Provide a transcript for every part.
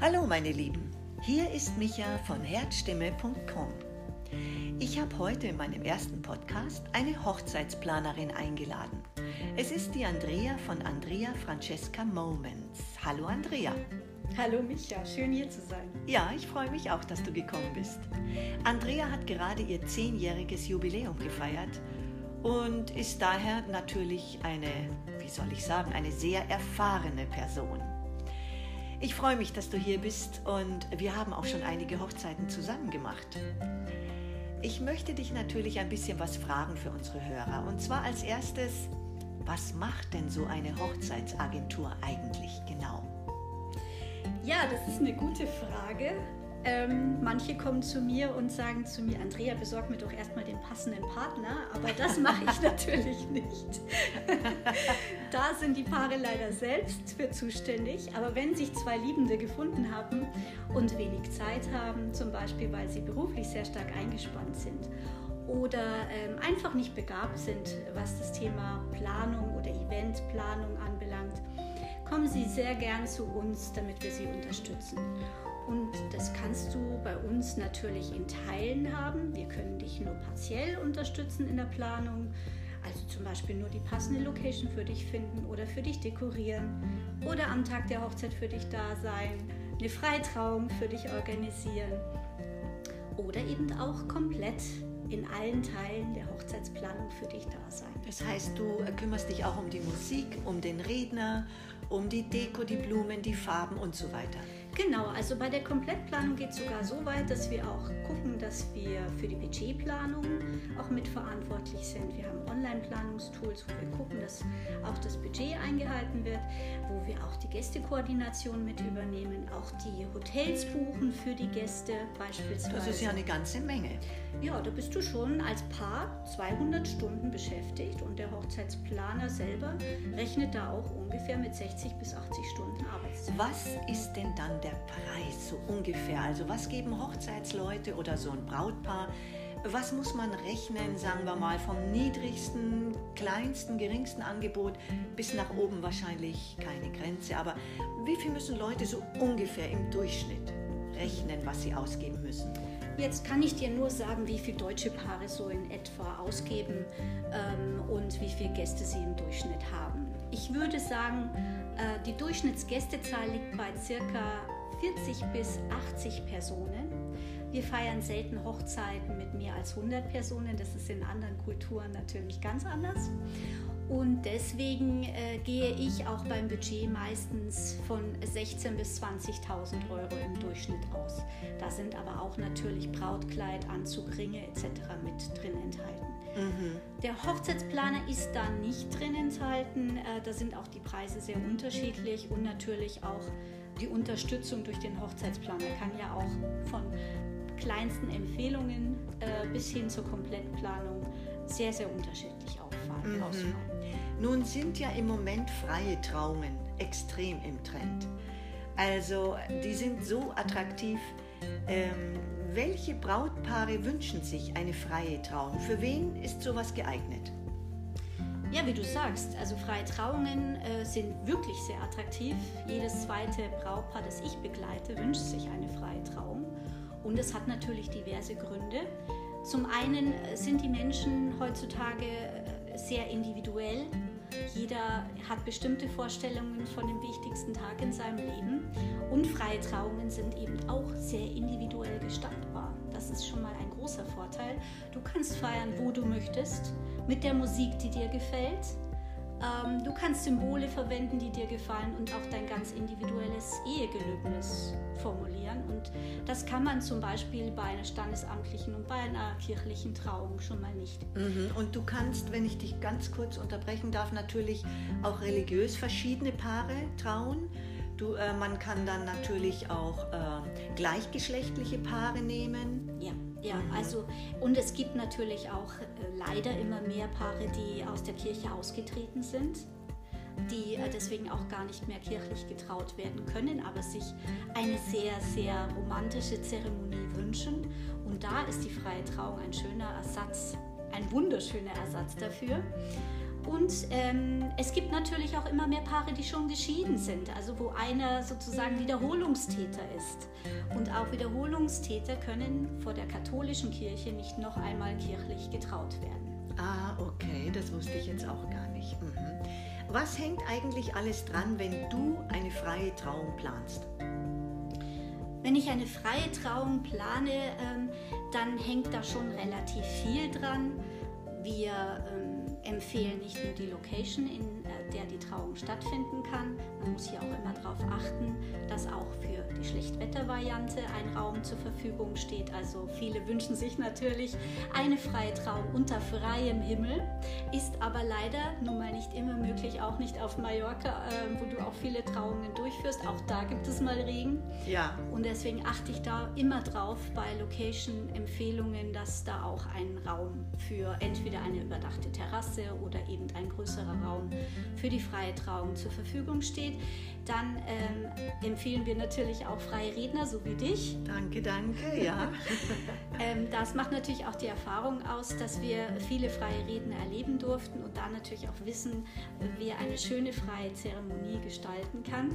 Hallo meine Lieben, hier ist Micha von Herzstimme.com. Ich habe heute in meinem ersten Podcast eine Hochzeitsplanerin eingeladen. Es ist die Andrea von Andrea Francesca Moments. Hallo Andrea. Hallo Micha, schön hier zu sein. Ja, ich freue mich auch, dass du gekommen bist. Andrea hat gerade ihr 10-jähriges Jubiläum gefeiert und ist daher natürlich eine sehr erfahrene Person. Ich freue mich, dass du hier bist und wir haben auch schon einige Hochzeiten zusammen gemacht. Ich möchte dich natürlich ein bisschen was fragen für unsere Hörer. Und zwar als erstes, was macht denn so eine Hochzeitsagentur eigentlich genau? Ja, das ist eine gute Frage. Manche kommen zu mir und sagen zu mir, Andrea, besorg mir doch erstmal den passenden Partner, aber das mache ich natürlich nicht. Da sind die Paare leider selbst für zuständig, aber wenn sich zwei Liebende gefunden haben und wenig Zeit haben, zum Beispiel weil sie beruflich sehr stark eingespannt sind oder einfach nicht begabt sind, was das Thema Planung oder Eventplanung anbelangt, kommen sie sehr gern zu uns, damit wir sie unterstützen. Und das kannst du bei uns natürlich in Teilen haben. Wir können dich nur partiell unterstützen in der Planung, also zum Beispiel nur die passende Location für dich finden oder für dich dekorieren oder am Tag der Hochzeit für dich da sein, eine Freitrauung für dich organisieren oder eben auch komplett in allen Teilen der Hochzeitsplanung für dich da sein. Das heißt, du kümmerst dich auch um die Musik, um den Redner, um die Deko, die Blumen, die Farben und so weiter. Genau, also bei der Komplettplanung geht es sogar so weit, dass wir auch gucken, dass wir für die Budgetplanung auch mitverantwortlich sind. Wir haben Online-Planungstools, wo wir gucken, dass auch das Budget eingehalten wird, wo wir auch die Gästekoordination mit übernehmen, auch die Hotels buchen für die Gäste beispielsweise. Das ist ja eine ganze Menge. Ja, da bist du schon als Paar 200 Stunden beschäftigt und der Hochzeitsplaner selber rechnet da auch ungefähr mit 60 bis 80 Stunden Arbeitszeit. Was ist denn dann der Preis so ungefähr? Also was geben Hochzeitsleute oder so ein Brautpaar? Was muss man rechnen, sagen wir mal, vom niedrigsten, kleinsten, geringsten Angebot bis nach oben wahrscheinlich keine Grenze. Aber wie viel müssen Leute so ungefähr im Durchschnitt rechnen, was sie ausgeben müssen? Jetzt kann ich dir nur sagen, wie viele deutsche Paare so in etwa ausgeben und wie viele Gäste sie im Durchschnitt haben. Ich würde sagen, die Durchschnittsgästezahl liegt bei ca. 40 bis 80 Personen. Wir feiern selten Hochzeiten mit mehr als 100 Personen. Das ist in anderen Kulturen natürlich ganz anders. Und deswegen gehe ich auch beim Budget meistens von 16.000 bis 20.000 Euro im Durchschnitt aus. Da sind aber auch natürlich Brautkleid, Anzug, Ringe etc. mit drin enthalten. Der Hochzeitsplaner ist da nicht drin enthalten. Da sind auch die Preise sehr unterschiedlich und natürlich auch die Unterstützung durch den Hochzeitsplaner kann ja auch von kleinsten Empfehlungen bis hin zur Komplettplanung sehr, sehr unterschiedlich ausfallen. Nun sind ja im Moment freie Trauungen extrem im Trend. Also die sind so attraktiv. Welche Brautpaare wünschen sich eine freie Trauung? Für wen ist sowas geeignet? Ja, wie du sagst, also freie Trauungen sind wirklich sehr attraktiv. Jedes zweite Brautpaar, das ich begleite, wünscht sich eine freie Trauung. Und es hat natürlich diverse Gründe. Zum einen sind die Menschen heutzutage sehr individuell. Jeder hat bestimmte Vorstellungen von dem wichtigsten Tag in seinem Leben. Und freie Trauungen sind eben auch sehr individuell gestaltbar. Das ist schon mal ein großer Vorteil. Du kannst feiern, wo du möchtest, mit der Musik, die dir gefällt. Du kannst Symbole verwenden, die dir gefallen und auch dein ganz individuelles Ehegelöbnis formulieren. Und das kann man zum Beispiel bei einer standesamtlichen und bei einer kirchlichen Trauung schon mal nicht. Und du kannst, wenn ich dich ganz kurz unterbrechen darf, natürlich auch religiös verschiedene Paare trauen. Man kann dann natürlich auch gleichgeschlechtliche Paare nehmen. Ja, also und es gibt natürlich auch leider immer mehr Paare, die aus der Kirche ausgetreten sind, die deswegen auch gar nicht mehr kirchlich getraut werden können, aber sich eine sehr, sehr romantische Zeremonie wünschen. Und da ist die freie Trauung ein schöner Ersatz, ein wunderschöner Ersatz dafür. Und es gibt natürlich auch immer mehr Paare, die schon geschieden sind, also wo einer sozusagen Wiederholungstäter ist. Und auch Wiederholungstäter können vor der katholischen Kirche nicht noch einmal kirchlich getraut werden. Ah, okay, das wusste ich jetzt auch gar nicht. Mhm. Was hängt eigentlich alles dran, wenn du eine freie Trauung planst? Wenn ich eine freie Trauung plane, dann hängt da schon relativ viel dran. Wir empfehlen nicht nur die Location, in der die Trauung stattfinden kann. Man muss hier auch immer darauf achten, dass auch für die Schlechtwettervariante ein Raum zur Verfügung steht. Also viele wünschen sich natürlich eine freie Trauung unter freiem Himmel, ist aber leider nun mal nicht immer möglich, auch nicht auf Mallorca, wo du auch viele Trauungen durchführst. Auch da gibt es mal Regen. Ja. Und deswegen achte ich da immer drauf bei Location-Empfehlungen, dass da auch ein Raum für entweder eine überdachte Terrasse oder eben ein größerer Raum für die freie Trauung zur Verfügung steht. Dann empfehlen wir natürlich auch freie Redner, so wie dich. Danke, ja. Das macht natürlich auch die Erfahrung aus, dass wir viele freie Redner erleben durften und da natürlich auch wissen, wer eine schöne freie Zeremonie gestalten kann.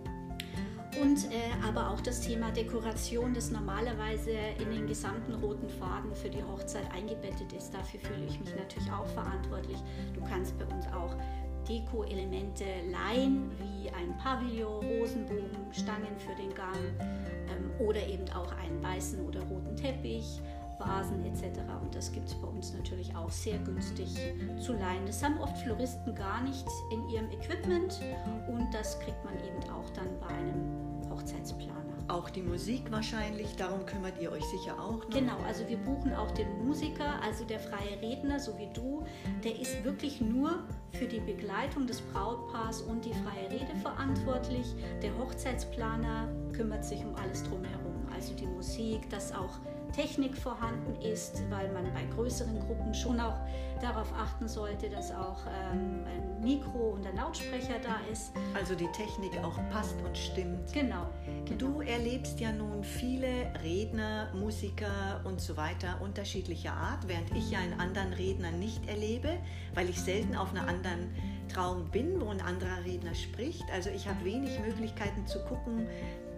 Und aber auch das Thema Dekoration, das normalerweise in den gesamten roten Faden für die Hochzeit eingebettet ist. Dafür fühle ich mich natürlich auch verantwortlich. Du kannst bei uns auch Deko-Elemente leihen, wie ein Pavillon, Rosenbogen, Stangen für den Gang oder eben auch einen weißen oder roten Teppich, Vasen etc. Und das gibt es bei uns natürlich auch sehr günstig zu leihen. Das haben oft Floristen gar nicht in ihrem Equipment und das kriegt man eben auch dann bei einem Hochzeitsplaner. Auch die Musik wahrscheinlich, darum kümmert ihr euch sicher auch noch. Genau, also wir buchen auch den Musiker, also der freie Redner, so wie du, der ist wirklich nur für die Begleitung des Brautpaars und die freie Rede verantwortlich. Der Hochzeitsplaner kümmert sich um alles drumherum, also die Musik, dass auch Technik vorhanden ist, weil man bei größeren Gruppen schon auch darauf achten sollte, dass auch ein Mikro und ein Lautsprecher da ist. Also die Technik auch passt und stimmt. Genau. Du erlebst ja nun viele Redner, Musiker und so weiter unterschiedlicher Art, während ich ja einen anderen Redner nicht erlebe, weil ich selten auf einer anderen Trauung bin, wo ein anderer Redner spricht. Also ich habe wenig Möglichkeiten zu gucken,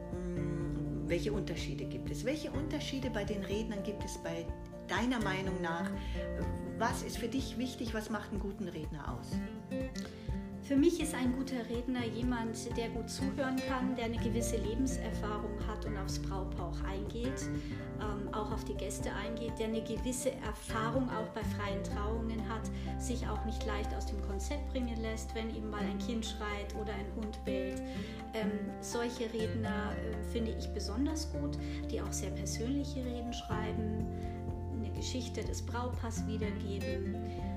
welche Unterschiede gibt es? Welche Unterschiede bei den Rednern gibt es bei deiner Meinung nach? Was ist für dich wichtig? Was macht einen guten Redner aus? Für mich ist ein guter Redner jemand, der gut zuhören kann, der eine gewisse Lebenserfahrung hat und aufs Brautpaar auch eingeht, auch auf die Gäste eingeht, der eine gewisse Erfahrung auch bei freien Trauungen hat, sich auch nicht leicht aus dem Konzept bringen lässt, wenn ihm mal ein Kind schreit oder ein Hund bellt. Solche Redner finde ich besonders gut, die auch sehr persönliche Reden schreiben, eine Geschichte des Brautpaars wiedergeben.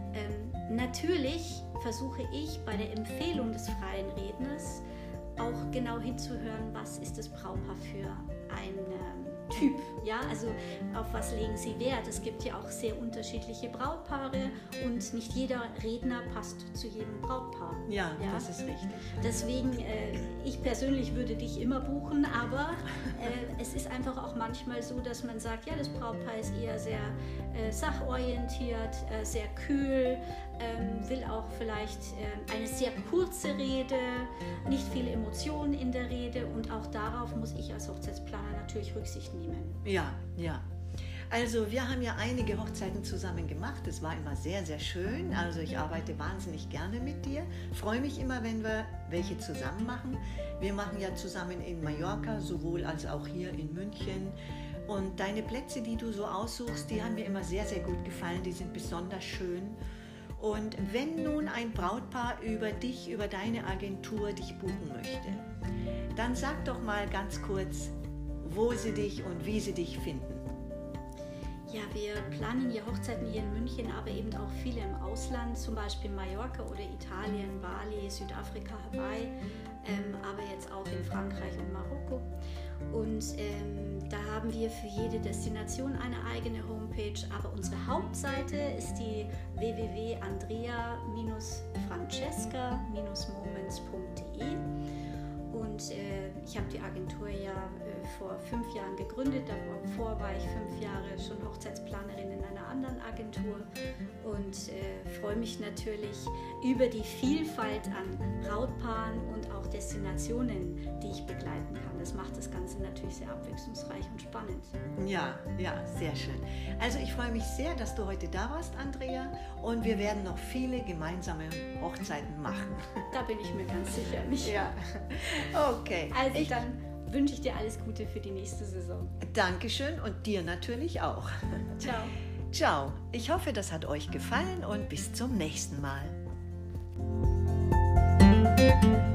Natürlich versuche ich bei der Empfehlung des freien Redners auch genau hinzuhören, was ist das Brautpaar für ein Typ, ja, also auf was legen sie Wert. Es gibt ja auch sehr unterschiedliche Brautpaare und nicht jeder Redner passt zu jedem Brautpaar. Ja, das ist richtig. Deswegen, ich persönlich würde dich immer buchen, aber es ist einfach auch manchmal so, dass man sagt, ja, das Brautpaar ist eher sehr sachorientiert, sehr kühl, will auch vielleicht eine sehr kurze Rede, nicht viele Emotionen in der Rede und auch darauf muss ich als Hochzeitsplaner natürlich Rücksicht nehmen. Ja. Also wir haben ja einige Hochzeiten zusammen gemacht. Das war immer sehr, sehr schön. Also ich arbeite wahnsinnig gerne mit dir. Freue mich immer, wenn wir welche zusammen machen. Wir machen ja zusammen in Mallorca, sowohl als auch hier in München. Und deine Plätze, die du so aussuchst, die haben mir immer sehr, sehr gut gefallen. Die sind besonders schön. Und wenn nun ein Brautpaar über dich, über deine Agentur dich buchen möchte, dann sag doch mal ganz kurz, wo sie dich und wie sie dich finden. Ja, wir planen hier Hochzeiten hier in München, aber eben auch viele im Ausland, zum Beispiel Mallorca oder Italien, Bali, Südafrika, Hawaii, aber jetzt auch in Frankreich und Marokko. Und da haben wir für jede Destination eine eigene Homepage, aber unsere Hauptseite ist die www.andrea-francesca-moments.de und Und ich habe die Agentur ja vor 5 Jahren gegründet. Davor war ich 5 Jahre schon Hochzeitsplanerin in einer anderen Agentur und freue mich natürlich über die Vielfalt an Brautpaaren und auch Destinationen, die ich begleiten kann. Das macht das Ganze natürlich sehr abwechslungsreich und spannend. Ja, sehr schön. Also ich freue mich sehr, dass du heute da warst, Andrea, und wir werden noch viele gemeinsame Hochzeiten machen. Da bin ich mir ganz sicher, Micha. Ja, okay. Also dann wünsche ich dir alles Gute für die nächste Saison. Dankeschön und dir natürlich auch. Ciao. Ciao. Ich hoffe, das hat euch gefallen und bis zum nächsten Mal.